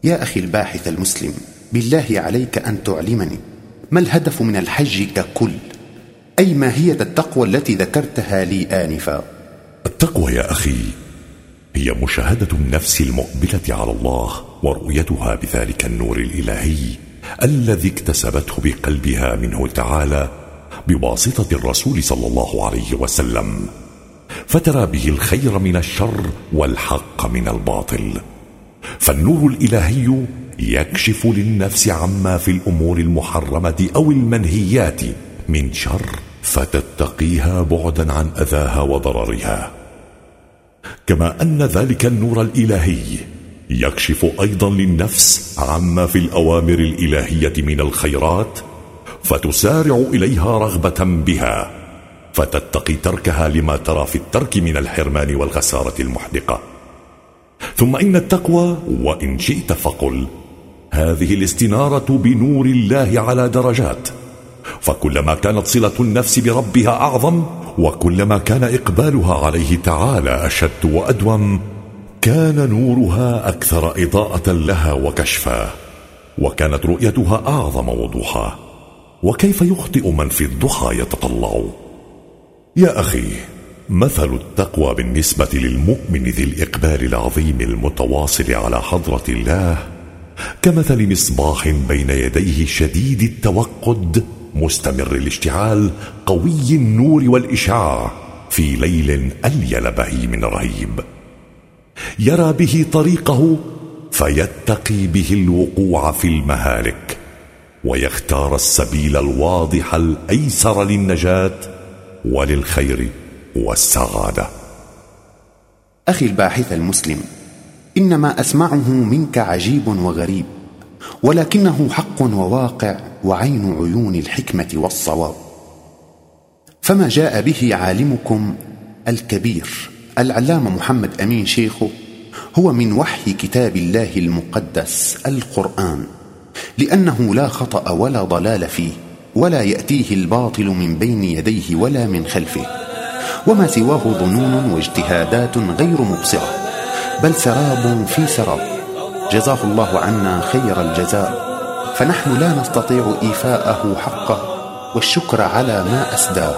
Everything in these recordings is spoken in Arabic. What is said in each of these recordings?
يا أخي الباحث المسلم، بالله عليك أن تعلمني ما الهدف من الحج ككل؟ أي ماهية التقوى التي ذكرتها لي آنفا؟ التقوى يا أخي هي مشاهدة النفس المقبلة على الله ورؤيتها بذلك النور الإلهي الذي اكتسبته بقلبها منه تعالى بواسطة الرسول صلى الله عليه وسلم، فترى به الخير من الشر والحق من الباطل. فالنور الإلهي يكشف للنفس عما في الأمور المحرمة أو المنهيات من شر، فتتقيها بعدا عن أذاها وضررها. كما أن ذلك النور الإلهي يكشف أيضا للنفس عما في الأوامر الإلهية من الخيرات، فتسارع إليها رغبة بها، فتتقي تركها لما ترى في الترك من الحرمان والخسارة المحدقة. ثم إن التقوى، وإن شئت فقل، هذه الاستنارة بنور الله على درجات، فكلما كانت صلة النفس بربها أعظم، وكلما كان إقبالها عليه تعالى أشد وأدوم، كان نورها أكثر إضاءة لها وكشفا، وكانت رؤيتها أعظم وضوحا. وكيف يخطئ من في الضحى يتطلع؟ يا أخي، مثل التقوى بالنسبة للمؤمن ذي الإقبال العظيم المتواصل على حضرة الله كمثل مصباح بين يديه شديد التوقد مستمر الاشتعال قوي النور والإشعاع في ليل أليل بهيم رهيب، يرى به طريقه فيتقي به الوقوع في المهالك، ويختار السبيل الواضح الأيسر للنجاة وللخير والسعادة. أخي الباحث المسلم، إنما أسمعه منك عجيب وغريب، ولكنه حق وواقع وعين عيون الحكمة والصواب. فما جاء به عالمكم الكبير العلامة محمد أمين شيخه هو من وحي كتاب الله المقدس القرآن، لأنه لا خطأ ولا ضلال فيه، ولا يأتيه الباطل من بين يديه ولا من خلفه، وما سواه ظنون واجتهادات غير مبصرة، بل سراب في سراب. جزاه الله عنا خير الجزاء، فنحن لا نستطيع إيفاءه حقه والشكر على ما أسداه.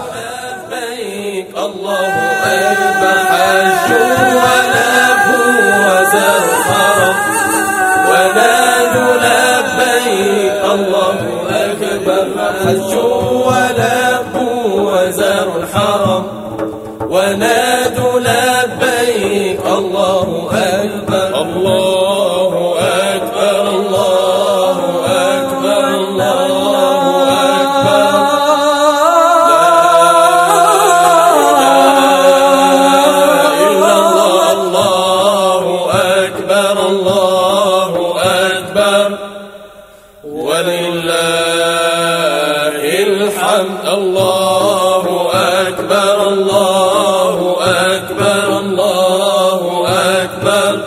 الله أكبر، حج ولبوا وزر حرم ونادوا لبيك. الله أكبر، حج ولبوا وزر الحرم ونادوا لبيك. الله أكبر، الله أكبر، الله أكبر، الله أكبر. لا إله إلا الله، الله أكبر، الله أكبر، ولله الحمد. الله أكبر، الله أكبر، الله أكبر.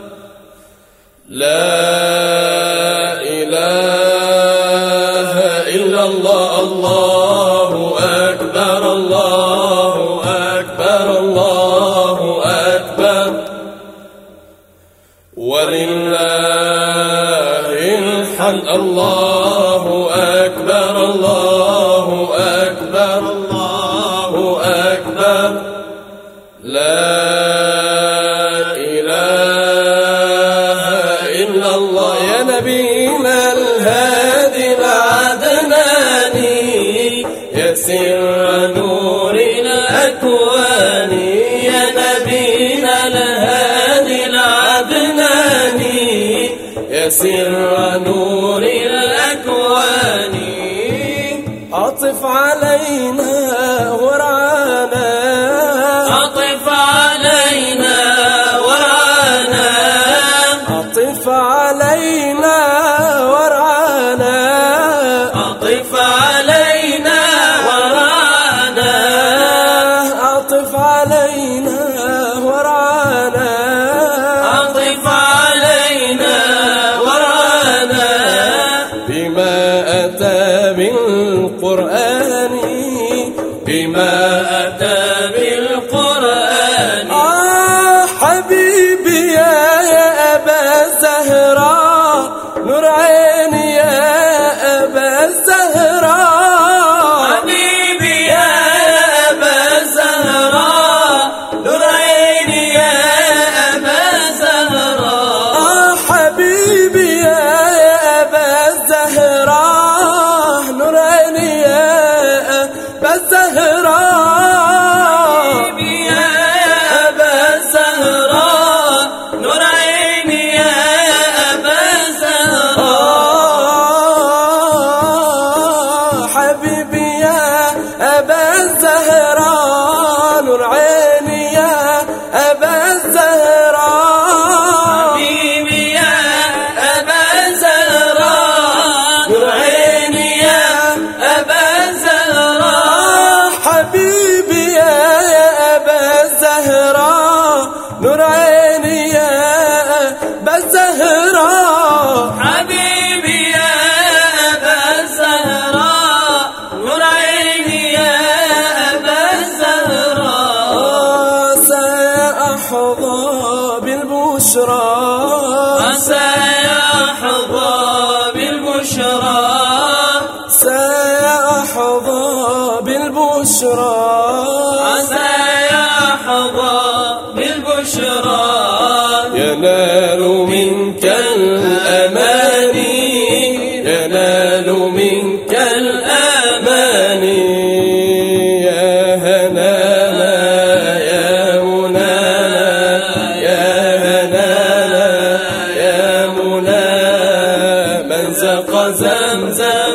لا إله إلا الله، الله أكبر، الله أكبر، الله أكبر، ولله الحمد. الله أكبر، الله أكبر، الله أكبر. لا إله إلا الله. يا نبينا الهادي العدناني، يا سر نور الأكوان، يا نبينا الهادي العدناني، يا سر نور الأكوان. عطف علينا ورعانا، عطف علينا ورعانا، عطف علينا ورعانا، عطف علينا ورعانا، عطف علينا ورعانا، عطف علينا ورعانا. بما أتى بالقرآن، بما أتى بالقرآن. حبيبي يا أبا زهراء، نور عيني يا أبا الزهراء حبيبي يا أبا الزهراء نور عيني يا أبا الزهراء حبيبي يا أبا الزهراء نور عيني يا أبا الزهراء حبيبي يا أبا الزهراء نور عيني يا أبا الزهراء حبيبي يا أبا الزهراء نور عيني يا أبا الزهراء حبيبي يا أبا الزهراء نور عيني يا أبا الزهراء حبيبي يا أبا الزهراء نور عيني يا أبا الزهراء حبيبي يا أبا الزهراء نور عيني يا أبا الزهراء سأحظى بالبشرى سأحظى بالبشرى سأحظى بالبشرى سأحظى بالبشرى ينال منك الأماني ينال منك الأماني يا هنانا يا منانا يا هنانا يا منانا من زق زمزم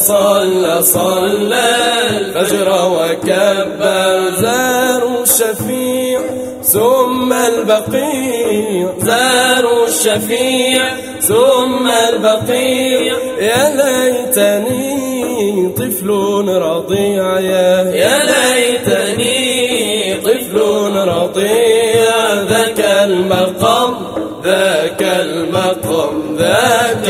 وصلى الفجر وكبر زاروا الشفيع ثم البقيع زاروا الشفيع ثم البقيع يا ليتني طفل رضيع يا ليتني طفل رضيع ذاك المقام ذاك المقام ذاك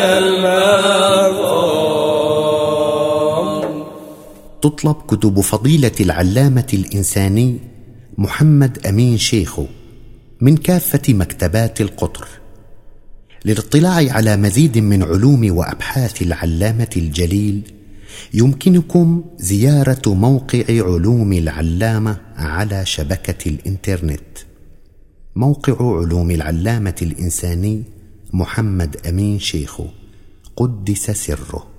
المقام. تطلب كتب فضيلة العلامة الإنساني محمد أمين شيخو من كافة مكتبات القطر. للاطلاع على مزيد من علوم وأبحاث العلامة الجليل يمكنكم زيارة موقع علوم العلامة على شبكة الإنترنت. موقع علوم العلامة الإنساني محمد أمين شيخو قدس سره.